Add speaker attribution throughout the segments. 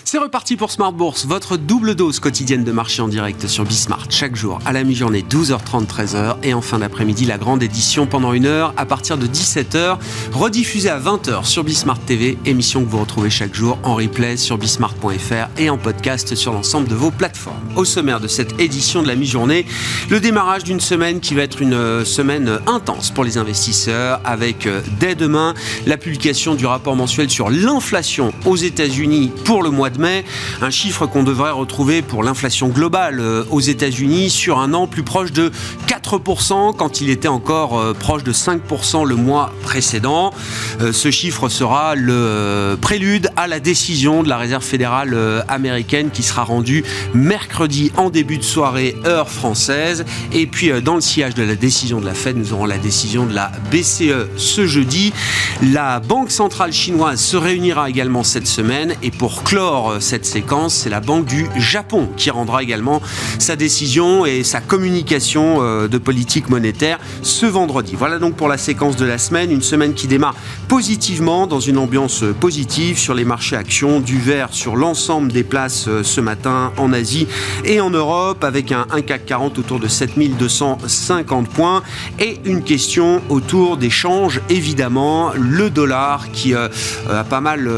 Speaker 1: C'est reparti pour Smart Bourse, votre double dose quotidienne de marché en direct sur Bismart. Chaque jour à la mi-journée, 12h30, 13h. Et en fin d'après-midi, la grande édition pendant 1 heure à partir de 17h. Rediffusée à 20h sur Bismart TV. Émission que vous retrouvez chaque jour en replay sur bismart.fr et en podcast sur l'ensemble de vos plateformes. Au sommaire de cette édition de la mi-journée, le démarrage d'une semaine qui va être une semaine intense pour les investisseurs avec dès demain la publication du rapport mensuel sur l'inflation aux États-Unis pour le mois de mai, un chiffre qu'on devrait retrouver pour l'inflation globale aux États-Unis sur un an plus proche de 4% quand il était encore proche de 5% le mois précédent. Ce chiffre sera le prélude à la décision de la Réserve fédérale américaine qui sera rendue mercredi en début de soirée heure française. Et puis dans le sillage de la décision de la Fed, nous aurons la décision de la BCE ce jeudi. La Banque centrale chinoise se réunira également cette semaine et pour clore cette séquence, c'est la Banque du Japon qui rendra également sa décision et sa communication de politique monétaire ce vendredi. Voilà donc pour la séquence de la semaine, une semaine qui démarre positivement dans une ambiance positive sur les marchés actions, du vert sur l'ensemble des places ce matin en Asie et en Europe avec un CAC 40 autour de 7250 points et une question autour des changes évidemment, le dollar qui a pas mal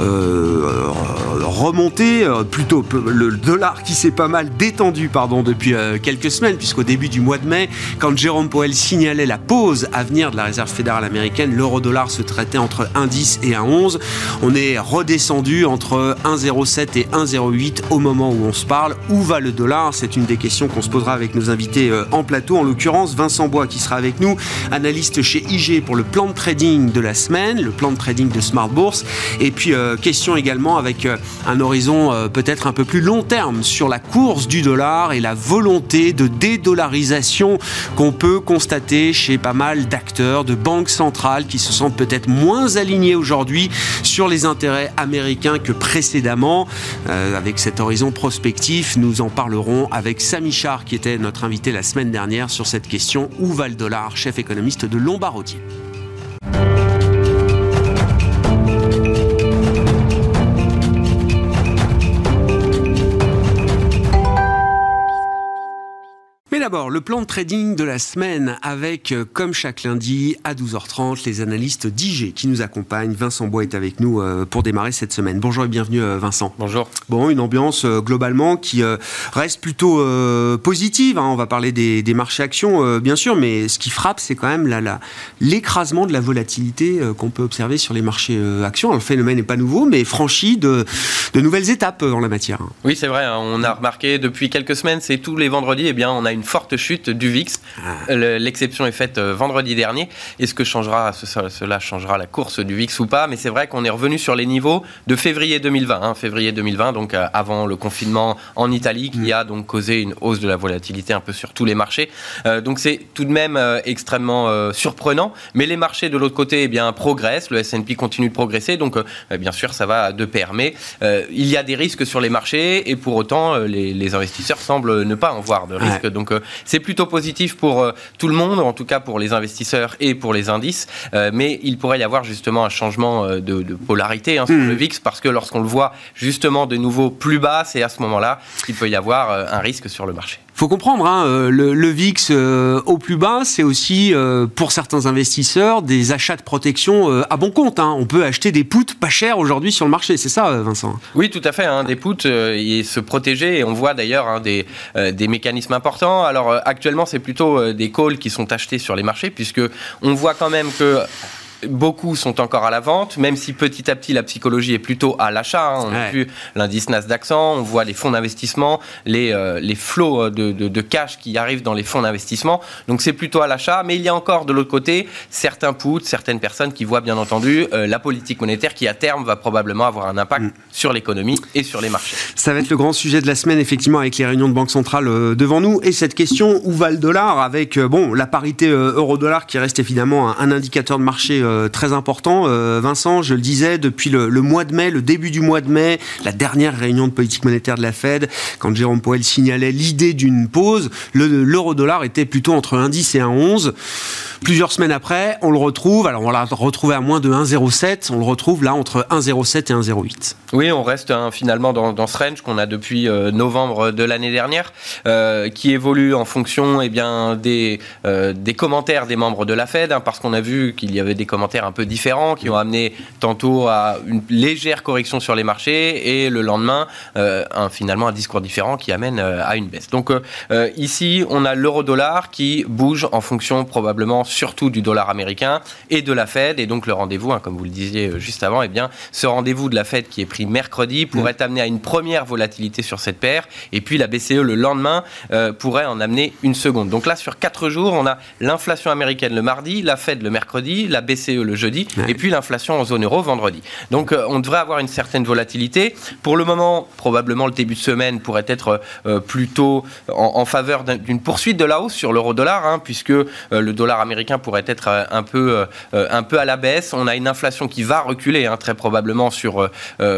Speaker 1: remonté, plutôt le dollar qui s'est pas mal détendu depuis quelques semaines, puisqu'au début du mois de mai, quand Jérôme Powell signalait la pause à venir de la Réserve fédérale américaine, l'euro-dollar se traitait entre 1,10 et 1,11. On est redescendu entre 1,07 et 1,08 au moment où on se parle. Où va le dollar ? C'est une des questions qu'on se posera avec nos invités en plateau, en l'occurrence Vincent Bois qui sera avec nous, analyste chez IG pour le plan de trading de la semaine, le plan de trading de Smart Bourse, et puis question également avec un horizon peut-être un peu plus long terme sur la course du dollar et la volonté de dédollarisation qu'on peut constater chez pas mal d'acteurs, de banques centrales qui se sentent peut-être moins alignés aujourd'hui sur les intérêts américains que précédemment. Avec cet horizon prospectif, nous en parlerons avec Samy Char qui était notre invité la semaine dernière sur cette question. Où va le dollar ? Chef économiste de Lombard-Odier. D'abord, le plan de trading de la semaine avec, comme chaque lundi, à 12h30, les analystes d'IG qui nous accompagnent. Vincent Bois est avec nous pour démarrer cette semaine. Bonjour et bienvenue Vincent.
Speaker 2: Bonjour.
Speaker 1: Bon, une ambiance globalement qui reste plutôt positive. On va parler des marchés actions, bien sûr, mais ce qui frappe, c'est quand même l'écrasement de la volatilité qu'on peut observer sur les marchés actions. Alors, le phénomène n'est pas nouveau, mais franchi de nouvelles étapes en la matière.
Speaker 2: Oui, c'est vrai. On a remarqué depuis quelques semaines, c'est tous les vendredis, on a une forte chute du VIX. L'exception est faite vendredi dernier. Est-ce que cela changera la course du VIX ou pas ? Mais c'est vrai qu'on est revenu sur les niveaux de février 2020. Février 2020, donc avant le confinement en Italie, qui a donc causé une hausse de la volatilité un peu sur tous les marchés. Donc c'est tout de même extrêmement surprenant. Mais les marchés de l'autre côté progressent. Le S&P continue de progresser. Donc bien sûr, ça va de pair. Mais il y a des risques sur les marchés et pour autant, les investisseurs semblent ne pas en voir de risques. Donc c'est plutôt positif pour tout le monde, en tout cas pour les investisseurs et pour les indices, mais il pourrait y avoir justement un changement de polarité sur le VIX, parce que lorsqu'on le voit justement de nouveau plus bas, c'est à ce moment-là qu'il peut y avoir un risque sur le marché.
Speaker 1: Il faut comprendre, le VIX au plus bas, c'est aussi pour certains investisseurs des achats de protection à bon compte. On peut acheter des puts pas chers aujourd'hui sur le marché, c'est ça Vincent ?
Speaker 2: Oui, tout à fait, des puts et se protéger, et on voit d'ailleurs des mécanismes importants. Alors actuellement, c'est plutôt des calls qui sont achetés sur les marchés, puisque on voit quand même que beaucoup sont encore à la vente, même si petit à petit la psychologie est plutôt à l'achat. On a vu l'indice Nasdaq 100, on voit les fonds d'investissement, les flots de cash qui arrivent dans les fonds d'investissement. Donc c'est plutôt à l'achat, mais il y a encore de l'autre côté certains puts, certaines personnes qui voient bien entendu la politique monétaire qui à terme va probablement avoir un impact sur l'économie et sur les marchés.
Speaker 1: Ça va être le grand sujet de la semaine effectivement avec les réunions de banque centrale devant nous et cette question où va le dollar avec la parité euro-dollar qui reste évidemment un indicateur de marché très important. Vincent, je le disais, depuis le mois de mai, le début du mois de mai, la dernière réunion de politique monétaire de la Fed, quand Jérôme Powell signalait l'idée d'une pause, l'euro-dollar était plutôt entre 1,10 et 1,11. Plusieurs semaines après, on le retrouve, alors on l'a retrouvé à moins de 1,07, on le retrouve là entre 1,07 et 1,08.
Speaker 2: Oui, on reste finalement dans ce range qu'on a depuis novembre de l'année dernière, qui évolue en fonction des commentaires des membres de la Fed, parce qu'on a vu qu'il y avait des commentaires un peu différents qui ont amené tantôt à une légère correction sur les marchés et le lendemain finalement un discours différent qui amène à une baisse. Donc ici on a l'euro-dollar qui bouge en fonction probablement surtout du dollar américain et de la Fed, et donc le rendez-vous, comme vous le disiez juste avant, ce rendez-vous de la Fed qui est pris mercredi pourrait amener à une première volatilité sur cette paire, et puis la BCE le lendemain pourrait en amener une seconde. Donc là sur 4 jours on a l'inflation américaine le mardi, la Fed le mercredi, la BCE le jeudi, et puis l'inflation en zone euro vendredi. Donc on devrait avoir une certaine volatilité. Pour le moment, probablement le début de semaine pourrait être plutôt en faveur d'une poursuite de la hausse sur l'euro-dollar, puisque le dollar américain pourrait être un peu à la baisse. On a une inflation qui va reculer très probablement sur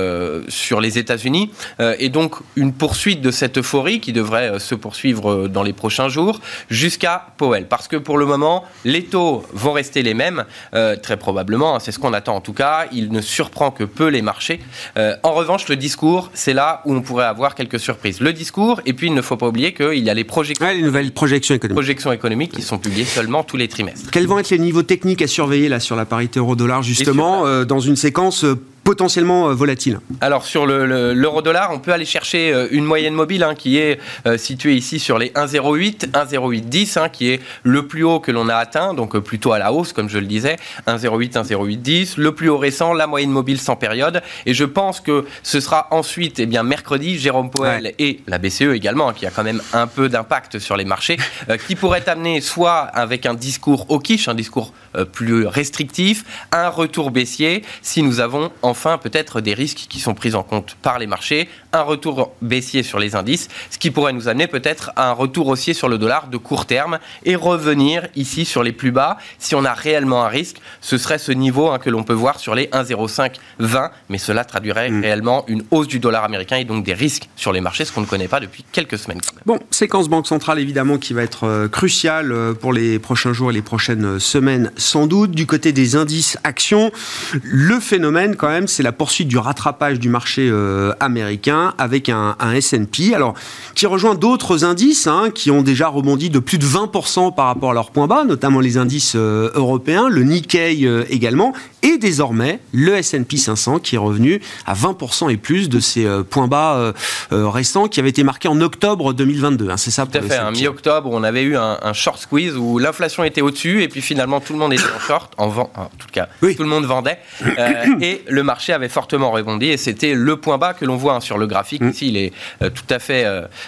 Speaker 2: les États-Unis, et donc une poursuite de cette euphorie qui devrait se poursuivre dans les prochains jours jusqu'à Powell. Parce que pour le moment, les taux vont rester les mêmes, très probablement, c'est ce qu'on attend en tout cas. Il ne surprend que peu les marchés. En revanche, le discours, c'est là où on pourrait avoir quelques surprises. Le discours, et puis il ne faut pas oublier qu'il y a les
Speaker 1: les nouvelles projections
Speaker 2: économiques qui sont publiées seulement tous les trimestres.
Speaker 1: Quels vont être les niveaux techniques à surveiller là sur la parité euro-dollar justement dans une séquence potentiellement volatile? Alors
Speaker 2: sur l'euro-dollar, on peut aller chercher une moyenne mobile qui est située ici sur les 1,08, 1,0810, qui est le plus haut que l'on a atteint, donc plutôt à la hausse comme je le disais, 1,08, 1,0810, le plus haut récent, la moyenne mobile sans période, et je pense que ce sera ensuite mercredi, Jérôme Powell et la BCE également, qui a quand même un peu d'impact sur les marchés, qui pourrait amener soit avec un discours hawkish, un discours plus restrictif, un retour baissier, si nous avons enfin peut-être des risques qui sont pris en compte par les marchés, un retour baissier sur les indices, ce qui pourrait nous amener peut-être à un retour haussier sur le dollar de court terme et revenir ici sur les plus bas. Si on a réellement un risque, ce serait ce niveau que l'on peut voir sur les 1,0520, mais cela traduirait réellement une hausse du dollar américain et donc des risques sur les marchés, ce qu'on ne connaît pas depuis quelques semaines.
Speaker 1: Bon, séquence Banque Centrale évidemment qui va être cruciale pour les prochains jours et les prochaines semaines sans doute. Du côté des indices actions, le phénomène quand même, c'est la poursuite du rattrapage du marché américain avec un S&P, alors qui rejoint d'autres indices qui ont déjà rebondi de plus de 20% par rapport à leur point bas, notamment les indices européens, le Nikkei également, et désormais le S&P 500 qui est revenu à 20% et plus de ses points bas récents qui avaient été marqués en octobre 2022. C'est ça?
Speaker 2: Tout à fait, mi-octobre, on avait eu un short squeeze où l'inflation était au-dessus et puis finalement tout le monde était en short, en tout cas tout le monde vendait, et le marché avait fortement rebondi et c'était le point bas que l'on voit sur le graphique. Ici il est tout à fait,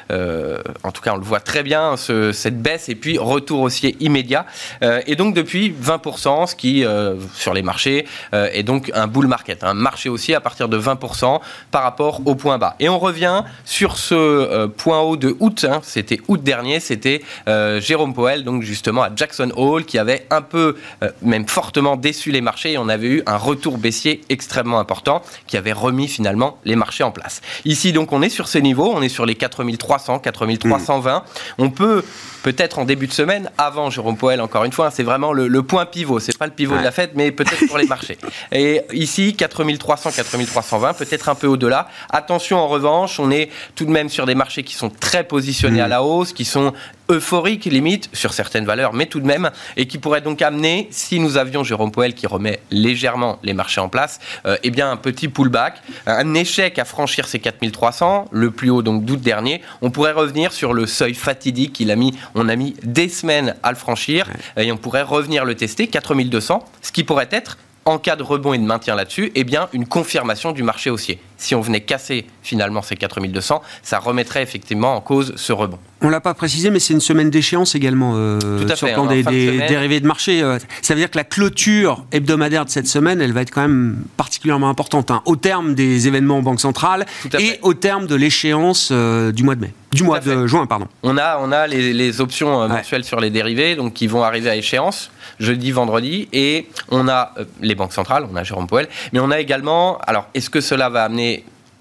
Speaker 2: en tout cas on le voit très bien, cette baisse et puis retour haussier immédiat, et donc depuis 20%, ce qui sur les marchés est donc un bull market, un marché haussier à partir de 20% par rapport au point bas. Et on revient sur ce point haut de août, c'était août dernier, c'était Jérôme Powell, donc justement à Jackson Hole, qui avait un peu, même fortement déçu les marchés, et on avait eu un retour baissier extrêmement important qui avait remis finalement les marchés en place. Ici donc on est sur ces niveaux, on est sur les 4300, 4320, on peut-être en début de semaine, avant Jérôme Powell, encore une fois, c'est vraiment le point pivot. C'est pas le pivot de la Fed, mais peut-être pour les marchés. Et ici, 4300, 4320, peut-être un peu au-delà. Attention, en revanche, on est tout de même sur des marchés qui sont très positionnés à la hausse, qui sont euphorique limite sur certaines valeurs, mais tout de même, et qui pourrait donc amener, si nous avions Jérôme Powell qui remet légèrement les marchés en place, un petit pullback, un échec à franchir ces 4300, le plus haut donc d'août dernier, on pourrait revenir sur le seuil fatidique on a mis des semaines à le franchir, et on pourrait revenir le tester, 4200, ce qui pourrait être, en cas de rebond et de maintien là-dessus, une confirmation du marché haussier. Si on venait casser finalement ces 4200, ça remettrait effectivement en cause ce rebond.
Speaker 1: On ne l'a pas précisé, mais c'est une semaine d'échéance également sur le plan des dérivés de marché. Ça veut dire que la clôture hebdomadaire de cette semaine, elle va être quand même particulièrement importante, au terme des événements en Banque centrale et au terme de l'échéance du mois de mai. Du mois de juin, pardon.
Speaker 2: On a les options mensuelles sur les dérivés, donc qui vont arriver à échéance jeudi, vendredi, et on a les banques centrales, on a Jérôme Powell, mais on a également, alors est-ce que cela va amener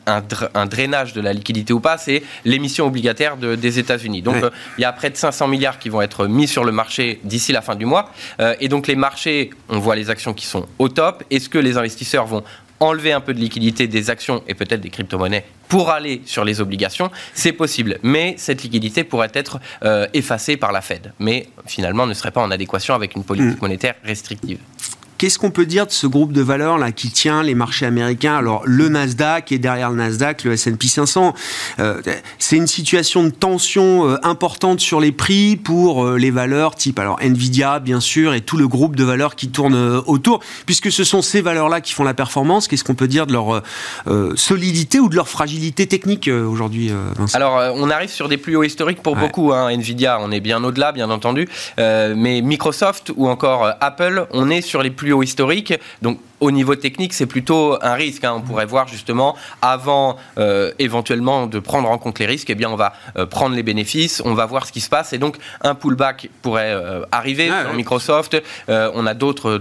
Speaker 2: un drainage de la liquidité ou pas, c'est l'émission obligataire des États-Unis. Donc, il y a près de 500 milliards qui vont être mis sur le marché d'ici la fin du mois. Et donc, les marchés, on voit les actions qui sont au top. Est-ce que les investisseurs vont enlever un peu de liquidité des actions et peut-être des crypto-monnaies pour aller sur les obligations? C'est possible. Mais cette liquidité pourrait être effacée par la Fed. Mais finalement, ne serait pas en adéquation avec une politique monétaire restrictive.
Speaker 1: Qu'est-ce qu'on peut dire de ce groupe de valeurs là qui tient les marchés américains? Alors le Nasdaq et derrière le Nasdaq le S&P 500. C'est une situation de tension importante sur les prix pour les valeurs type Nvidia bien sûr et tout le groupe de valeurs qui tourne autour. Puisque ce sont ces valeurs-là qui font la performance, qu'est-ce qu'on peut dire de leur solidité ou de leur fragilité technique aujourd'hui, Vincent?
Speaker 2: Alors on arrive sur des plus hauts historiques pour beaucoup. Nvidia, on est bien au-delà bien entendu. Mais Microsoft ou encore Apple, on est sur les plus haut historique. Donc, au niveau technique, c'est plutôt un risque. On pourrait voir justement, avant éventuellement de prendre en compte les risques, eh bien, on va prendre les bénéfices, on va voir ce qui se passe. Et donc, un pullback pourrait arriver sur Microsoft. On a d'autres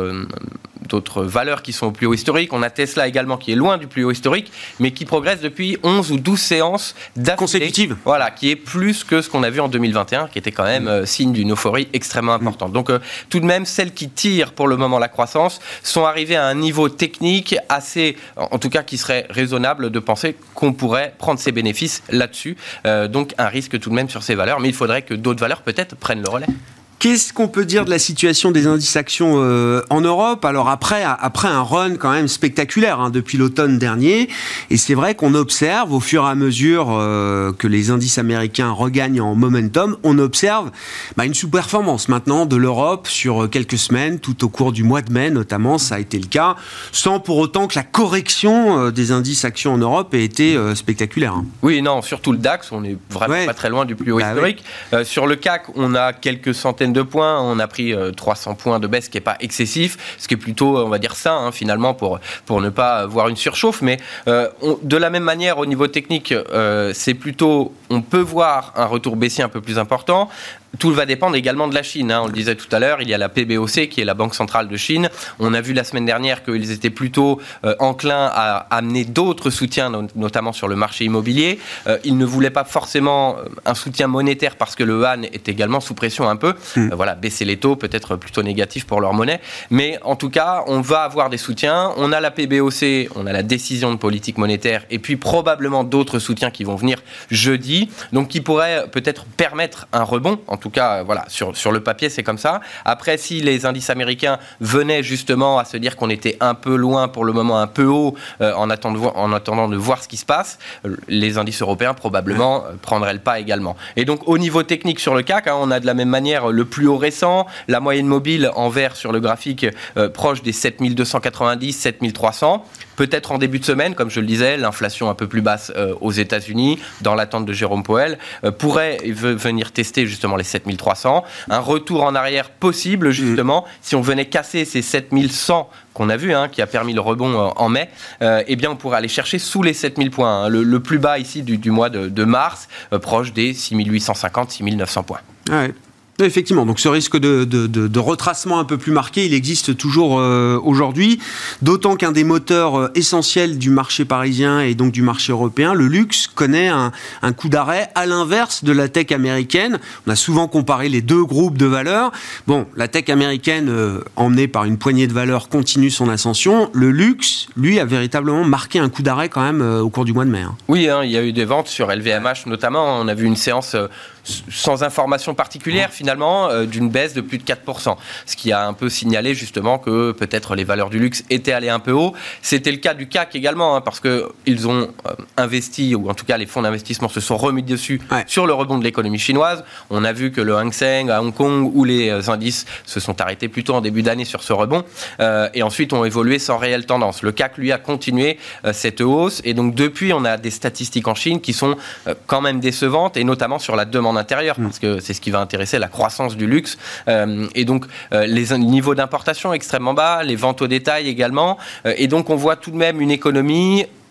Speaker 2: valeurs qui sont au plus haut historique. On a Tesla également qui est loin du plus haut historique, mais qui progresse depuis 11 ou 12 séances
Speaker 1: consécutives.
Speaker 2: Voilà, qui est plus que ce qu'on a vu en 2021, qui était quand même signe d'une euphorie extrêmement importante. Donc, tout de même, celles qui tirent pour le moment la croissance sont arrivées à un niveau technique assez, en tout cas, qui serait raisonnable de penser qu'on pourrait prendre ses bénéfices là-dessus. Donc, un risque tout de même sur ces valeurs, mais il faudrait que d'autres valeurs peut-être prennent le relais.
Speaker 1: Qu'est-ce qu'on peut dire de la situation des indices actions en Europe? Alors après un run quand même spectaculaire depuis l'automne dernier, et c'est vrai qu'on observe au fur et à mesure que les indices américains regagnent en momentum, on observe une sous-performance maintenant de l'Europe sur quelques semaines, tout au cours du mois de mai notamment, ça a été le cas, sans pour autant que la correction des indices actions en Europe ait été spectaculaire.
Speaker 2: Oui, non, surtout le DAX, on est vraiment pas très loin du plus haut historique. Sur le CAC, on a quelques centaines de points, on a pris 300 points de baisse, ce qui n'est pas excessif, ce qui est plutôt, on va dire, sain finalement pour ne pas voir une surchauffe, mais de la même manière au niveau technique, c'est plutôt, on peut voir un retour baissier un peu plus important. Tout va dépendre également de la Chine. On le disait tout à l'heure, il y a la PBOC qui est la Banque centrale de Chine. On a vu la semaine dernière qu'ils étaient plutôt enclins à amener d'autres soutiens, notamment sur le marché immobilier. Ils ne voulaient pas forcément un soutien monétaire parce que le yuan est également sous pression un peu. Baisser les taux, peut-être plutôt négatif pour leur monnaie. Mais en tout cas, on va avoir des soutiens. On a la PBOC, on a la décision de politique monétaire et puis probablement d'autres soutiens qui vont venir jeudi. Donc qui pourraient peut-être permettre un rebond. En tout cas, sur le papier, c'est comme ça. Après, si les indices américains venaient justement à se dire qu'on était un peu loin, pour le moment un peu haut, en attendant de voir ce qui se passe, les indices européens probablement prendraient le pas également. Et donc, au niveau technique sur le CAC, on a de la même manière le plus haut récent, la moyenne mobile en vert sur le graphique proche des 7290, 7300. Peut-être en début de semaine, comme je le disais, l'inflation un peu plus basse aux États-Unis, dans l'attente de Jérôme Powell, pourrait venir tester justement les 7300. Un retour en arrière possible, justement, si on venait casser ces 7100 qu'on a vu, qui a permis le rebond en mai, eh bien on pourrait aller chercher sous les 7000 points. Le plus bas ici du mois de mars, proche des 6850, 6900 points.
Speaker 1: Ouais. Effectivement, donc ce risque de retracement un peu plus marqué, il existe toujours aujourd'hui, d'autant qu'un des moteurs essentiels du marché parisien et donc du marché européen, le luxe, connaît un coup d'arrêt à l'inverse de la tech américaine. On a souvent comparé les deux groupes de valeurs. Bon, la tech américaine, emmenée par une poignée de valeurs, continue son ascension. Le luxe, lui, a véritablement marqué un coup d'arrêt quand même au cours du mois de mai.
Speaker 2: Oui, il y a eu des ventes sur LVMH notamment. On a vu une séance sans information particulière finalement, d'une baisse de plus de 4%. Ce qui a un peu signalé justement que peut-être les valeurs du luxe étaient allées un peu haut. C'était le cas du CAC également, parce qu'ils ont investi, ou en tout cas les fonds d'investissement se sont remis dessus sur le rebond de l'économie chinoise. On a vu que le Hang Seng à Hong Kong ou les indices se sont arrêtés plutôt en début d'année sur ce rebond et ensuite ont évolué sans réelle tendance. Le CAC, lui, a continué cette hausse et donc depuis, on a des statistiques en Chine qui sont quand même décevantes et notamment sur la demande intérieure, parce que c'est ce qui va intéresser la croissance du luxe. Et donc, les niveaux d'importation extrêmement bas, les ventes au détail également. Et donc, on voit tout de même une économie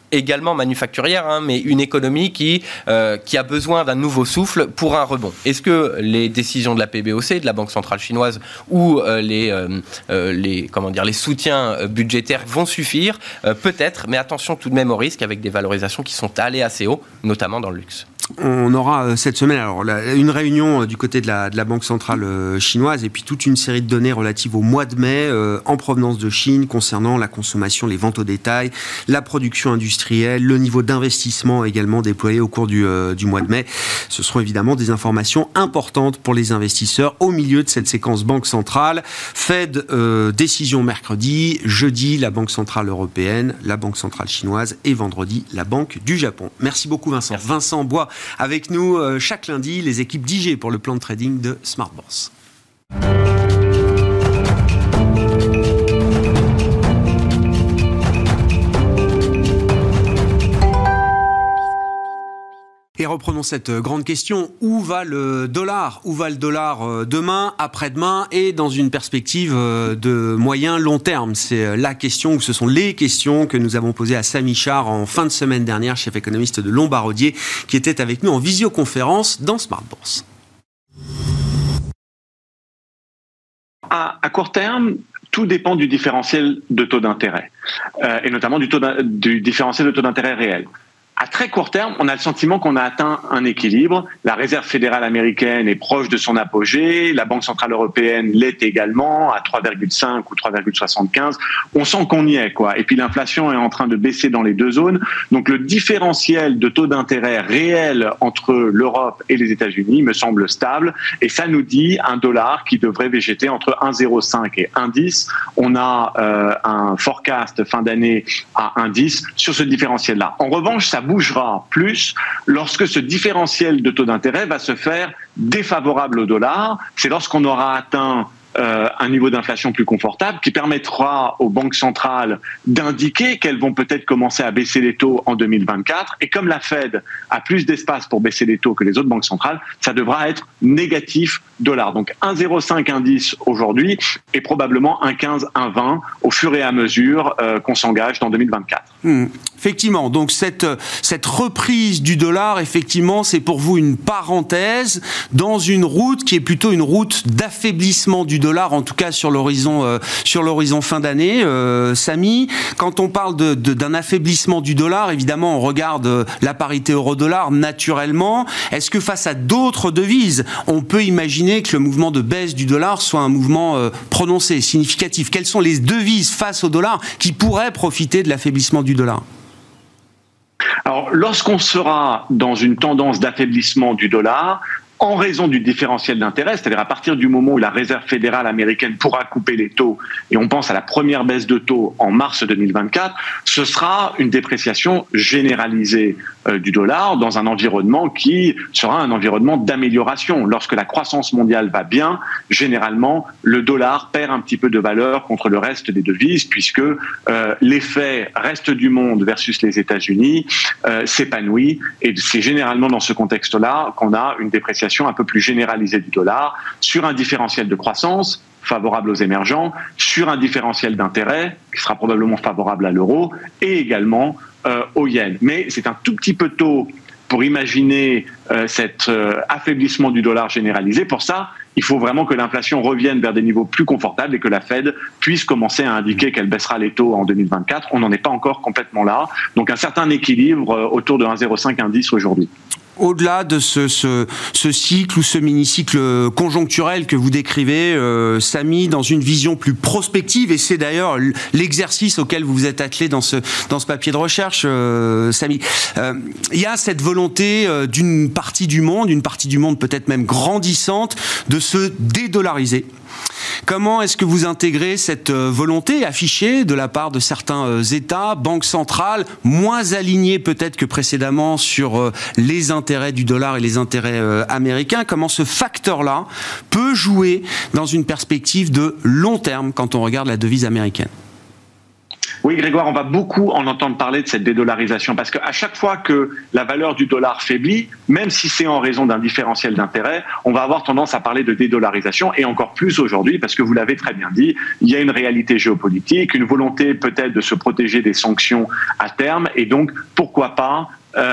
Speaker 2: également manufacturière, mais une économie qui a besoin d'un nouveau souffle pour un rebond. Est-ce que les décisions de la PBOC, de la Banque centrale chinoise, ou les soutiens budgétaires vont suffire? Peut-être, mais attention tout de même au risque avec des valorisations qui sont allées assez haut, notamment dans le luxe.
Speaker 1: On aura cette semaine une réunion du côté de la Banque centrale chinoise et puis toute une série de données relatives au mois de mai en provenance de Chine concernant la consommation, les ventes au détail, la production industrielle, le niveau d'investissement également déployé au cours du mois de mai. Ce seront évidemment des informations importantes pour les investisseurs au milieu de cette séquence Banque centrale. Fed, décision mercredi, jeudi la Banque centrale européenne, la Banque centrale chinoise et vendredi la Banque du Japon. Merci beaucoup Vincent.
Speaker 2: Merci.
Speaker 1: Vincent Bois avec nous chaque lundi, les équipes d'IG pour le plan de trading de Smart Bourse. Et reprenons cette grande question. Où va le dollar ? Où va le dollar demain, après-demain et dans une perspective de moyen long terme ? C'est la question, ou ce sont les questions que nous avons posées à Samy Char en fin de semaine dernière, chef économiste de Lombardier, qui était avec nous en visioconférence dans Smart Bourse.
Speaker 3: À court terme, tout dépend du différentiel de taux d'intérêt, et notamment du différentiel de taux d'intérêt réel. À très court terme, on a le sentiment qu'on a atteint un équilibre. La Réserve fédérale américaine est proche de son apogée. La Banque centrale européenne l'est également, à 3,5 ou 3,75. On sent qu'on y est, quoi. Et puis l'inflation est en train de baisser dans les deux zones. Donc le différentiel de taux d'intérêt réel entre l'Europe et les États-Unis me semble stable. Et ça nous dit un dollar qui devrait végéter entre 1,05 et 1,10. On a un forecast fin d'année à 1,10 sur ce différentiel-là. En revanche, ça bougera plus lorsque ce différentiel de taux d'intérêt va se faire défavorable au dollar. C'est lorsqu'on aura atteint un niveau d'inflation plus confortable qui permettra aux banques centrales d'indiquer qu'elles vont peut-être commencer à baisser les taux en 2024. Et comme la Fed a plus d'espace pour baisser les taux que les autres banques centrales, ça devra être négatif dollar. Donc 1,05, 1,10 aujourd'hui et probablement 1,15, 1,20 au fur et à mesure qu'on s'engage dans 2024.
Speaker 1: Effectivement, donc cette reprise du dollar, effectivement, c'est pour vous une parenthèse dans une route qui est plutôt une route d'affaiblissement du dollar, en tout cas sur l'horizon fin d'année. Samy, quand on parle d'un affaiblissement du dollar, évidemment, on regarde la parité euro-dollar naturellement. Est-ce que face à d'autres devises, on peut imaginer que le mouvement de baisse du dollar soit un mouvement prononcé, significatif ? Quelles sont les devises face au dollar qui pourraient profiter de l'affaiblissement du dollar ?
Speaker 3: Alors, lorsqu'on sera dans une tendance d'affaiblissement du dollar, en raison du différentiel d'intérêt, c'est-à-dire à partir du moment où la Réserve fédérale américaine pourra couper les taux, et on pense à la première baisse de taux en mars 2024, ce sera une dépréciation généralisée du dollar dans un environnement qui sera un environnement d'amélioration. Lorsque la croissance mondiale va bien, généralement, le dollar perd un petit peu de valeur contre le reste des devises, puisque l'effet reste du monde versus les États-Unis s'épanouit, et c'est généralement dans ce contexte-là qu'on a une dépréciation un peu plus généralisée du dollar sur un différentiel de croissance favorable aux émergents, sur un différentiel d'intérêt qui sera probablement favorable à l'euro et également au yen. Mais c'est un tout petit peu tôt pour imaginer cet affaiblissement du dollar généralisé. Pour ça, il faut vraiment que l'inflation revienne vers des niveaux plus confortables et que la Fed puisse commencer à indiquer qu'elle baissera les taux en 2024. On n'en est pas encore complètement là. Donc un certain équilibre autour de 1,05, 1,10 aujourd'hui.
Speaker 1: Au-delà de ce cycle ou ce mini-cycle conjoncturel que vous décrivez, Samy, dans une vision plus prospective, et c'est d'ailleurs l'exercice auquel vous vous êtes attelé dans ce papier de recherche, Samy, il y a cette volonté d'une partie du monde peut-être même grandissante, de se dédollariser. Comment est-ce que vous intégrez cette volonté affichée de la part de certains États, banques centrales, moins alignés peut-être que précédemment sur les intérêts du dollar et les intérêts américains? Comment ce facteur-là peut jouer dans une perspective de long terme quand on regarde la devise américaine?
Speaker 3: Oui, Grégoire, on va beaucoup en entendre parler de cette dédollarisation parce qu'à chaque fois que la valeur du dollar faiblit, même si c'est en raison d'un différentiel d'intérêt, on va avoir tendance à parler de dédollarisation et encore plus aujourd'hui parce que vous l'avez très bien dit, il y a une réalité géopolitique, une volonté peut-être de se protéger des sanctions à terme et donc pourquoi pas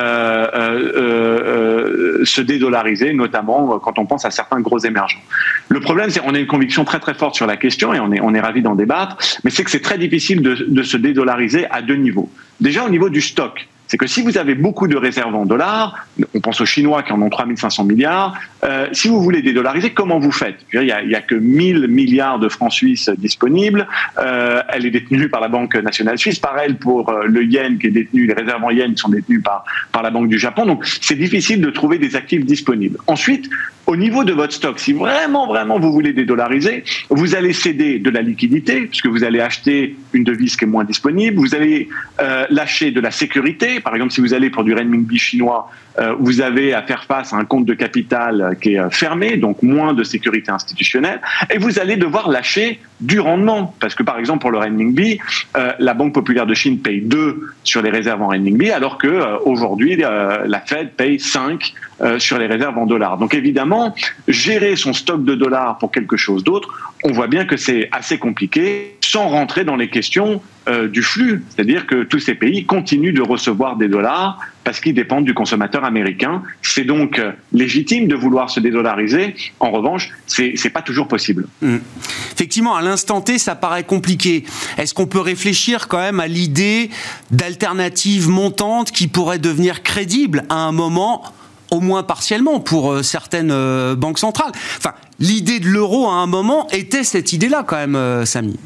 Speaker 3: se dédollariser, notamment quand on pense à certains gros émergents. Le problème, c'est qu'on a une conviction très très forte sur la question et on est ravi d'en débattre, mais c'est que c'est très difficile de se dédollariser à deux niveaux. Déjà au niveau du stock. C'est que si vous avez beaucoup de réserves en dollars, on pense aux Chinois qui en ont 3500 milliards, si vous voulez dédollariser, comment vous faites ? Il y a que 1000 milliards de francs suisses disponibles, elle est détenue par la Banque nationale suisse, pareil pour le yen qui est détenu, les réserves en yen sont détenues par la Banque du Japon, donc c'est difficile de trouver des actifs disponibles. Ensuite, au niveau de votre stock, si vraiment vous voulez dédollariser, vous allez céder de la liquidité, puisque vous allez acheter une devise qui est moins disponible, vous allez lâcher de la sécurité. Par exemple, si vous allez pour du renminbi chinois, vous avez à faire face à un compte de capital qui est fermé, donc moins de sécurité institutionnelle, et vous allez devoir lâcher du rendement, parce que par exemple pour le renminbi, la Banque populaire de Chine paye 2 sur les réserves en renminbi, alors que aujourd'hui la Fed paye 5 sur les réserves en dollars. Donc évidemment, gérer son stock de dollars pour quelque chose d'autre, on voit bien que c'est assez compliqué, sans rentrer dans les questions du flux. C'est-à-dire que tous ces pays continuent de recevoir des dollars parce qu'ils dépendent du consommateur américain. C'est donc légitime de vouloir se dédollariser. En revanche, c'est pas toujours possible.
Speaker 1: Effectivement, à l'instant T, ça paraît compliqué. Est-ce qu'on peut réfléchir quand même à l'idée d'alternatives montantes qui pourraient devenir crédibles à un moment, au moins partiellement, pour certaines banques centrales? Enfin, l'idée de l'euro, à un moment, était cette idée-là, quand même, Samy.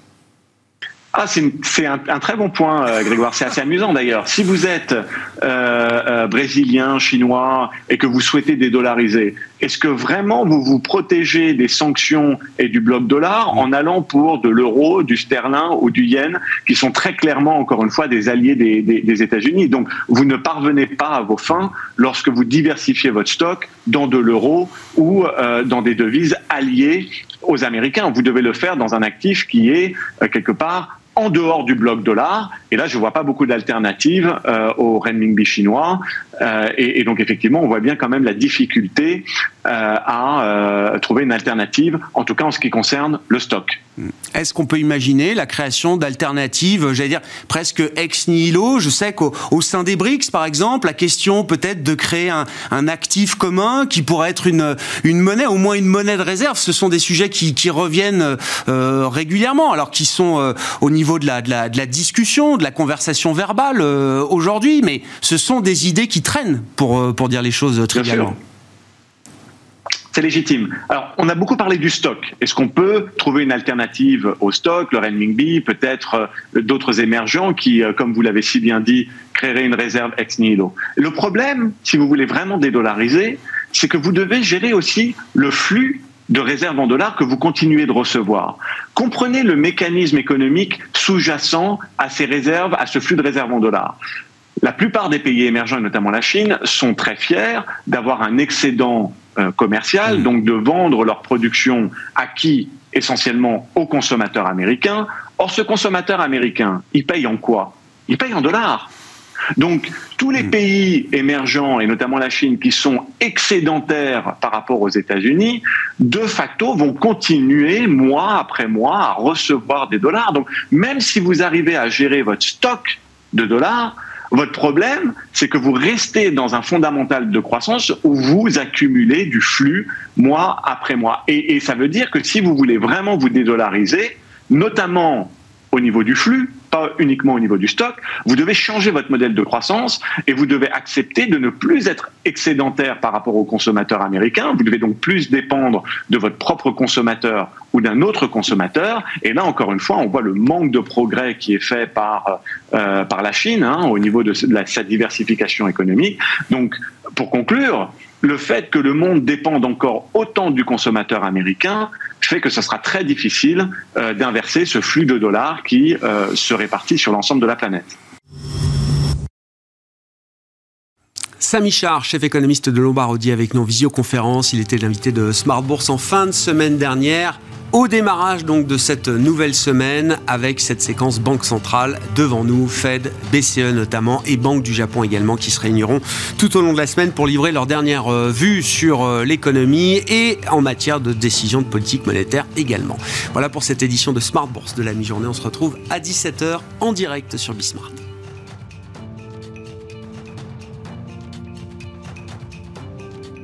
Speaker 3: Ah, c'est un très bon point, Grégoire. C'est assez amusant, d'ailleurs. Si vous êtes brésilien, chinois, et que vous souhaitez dédollariser, est-ce que vraiment vous vous protégez des sanctions et du bloc dollar en allant pour de l'euro, du sterling ou du yen, qui sont très clairement, encore une fois, des alliés des États-Unis? Donc, vous ne parvenez pas à vos fins lorsque vous diversifiez votre stock dans de l'euro ou dans des devises alliées aux Américains. Vous devez le faire dans un actif qui est quelque part en dehors du bloc dollar, et là je vois pas beaucoup d'alternatives au renminbi chinois, et donc effectivement on voit bien quand même la difficulté à trouver une alternative, en tout cas en ce qui concerne le stock.
Speaker 1: Est-ce qu'on peut imaginer la création d'alternatives, j'allais dire presque ex nihilo? Je sais qu'au sein des BRICS, par exemple, la question peut-être de créer un actif commun qui pourrait être une monnaie, au moins une monnaie de réserve. Ce sont des sujets qui reviennent régulièrement, alors qu'ils sont au niveau de la discussion, de la conversation verbale aujourd'hui, mais ce sont des idées qui traînent, pour dire les choses trivialement.
Speaker 3: C'est légitime. Alors, on a beaucoup parlé du stock. Est-ce qu'on peut trouver une alternative au stock, le renminbi, peut-être d'autres émergents qui, comme vous l'avez si bien dit, créeraient une réserve ex nihilo? Le problème, si vous voulez vraiment dédollariser, c'est que vous devez gérer aussi le flux de réserves en dollars que vous continuez de recevoir. Comprenez le mécanisme économique sous-jacent à ces réserves, à ce flux de réserves en dollars. La plupart des pays émergents, et notamment la Chine, sont très fiers d'avoir un excédent commercial, donc de vendre leur production acquis essentiellement aux consommateurs américains. Or, ce consommateur américain, il paye en quoi? Il paye en dollars. Donc, tous les pays émergents, et notamment la Chine, qui sont excédentaires par rapport aux États-Unis, de facto vont continuer, mois après mois, à recevoir des dollars. Donc, même si vous arrivez à gérer votre stock de dollars, votre problème, c'est que vous restez dans un fondamental de croissance où vous accumulez du flux mois après mois. Et ça veut dire que si vous voulez vraiment vous dédollariser, notamment au niveau du flux, pas uniquement au niveau du stock, vous devez changer votre modèle de croissance et vous devez accepter de ne plus être excédentaire par rapport aux consommateurs américains. Vous devez donc plus dépendre de votre propre consommateur ou d'un autre consommateur. Et là, encore une fois, on voit le manque de progrès qui est fait par la Chine au niveau de sa diversification économique. Donc, pour conclure, le fait que le monde dépende encore autant du consommateur américain fait que ce sera très difficile d'inverser ce flux de dollars qui se répartit sur l'ensemble de la planète.
Speaker 1: Samy Char, chef économiste de Lombard-Odier avec nous en visioconférence. Il était l'invité de Smart Bourse en fin de semaine dernière. Au démarrage donc de cette nouvelle semaine avec cette séquence Banque Centrale devant nous, Fed, BCE notamment et Banque du Japon également qui se réuniront tout au long de la semaine pour livrer leur dernière vue sur l'économie et en matière de décision de politique monétaire également. Voilà pour cette édition de Smart Bourse de la mi-journée. On se retrouve à 17h en direct sur Bismart.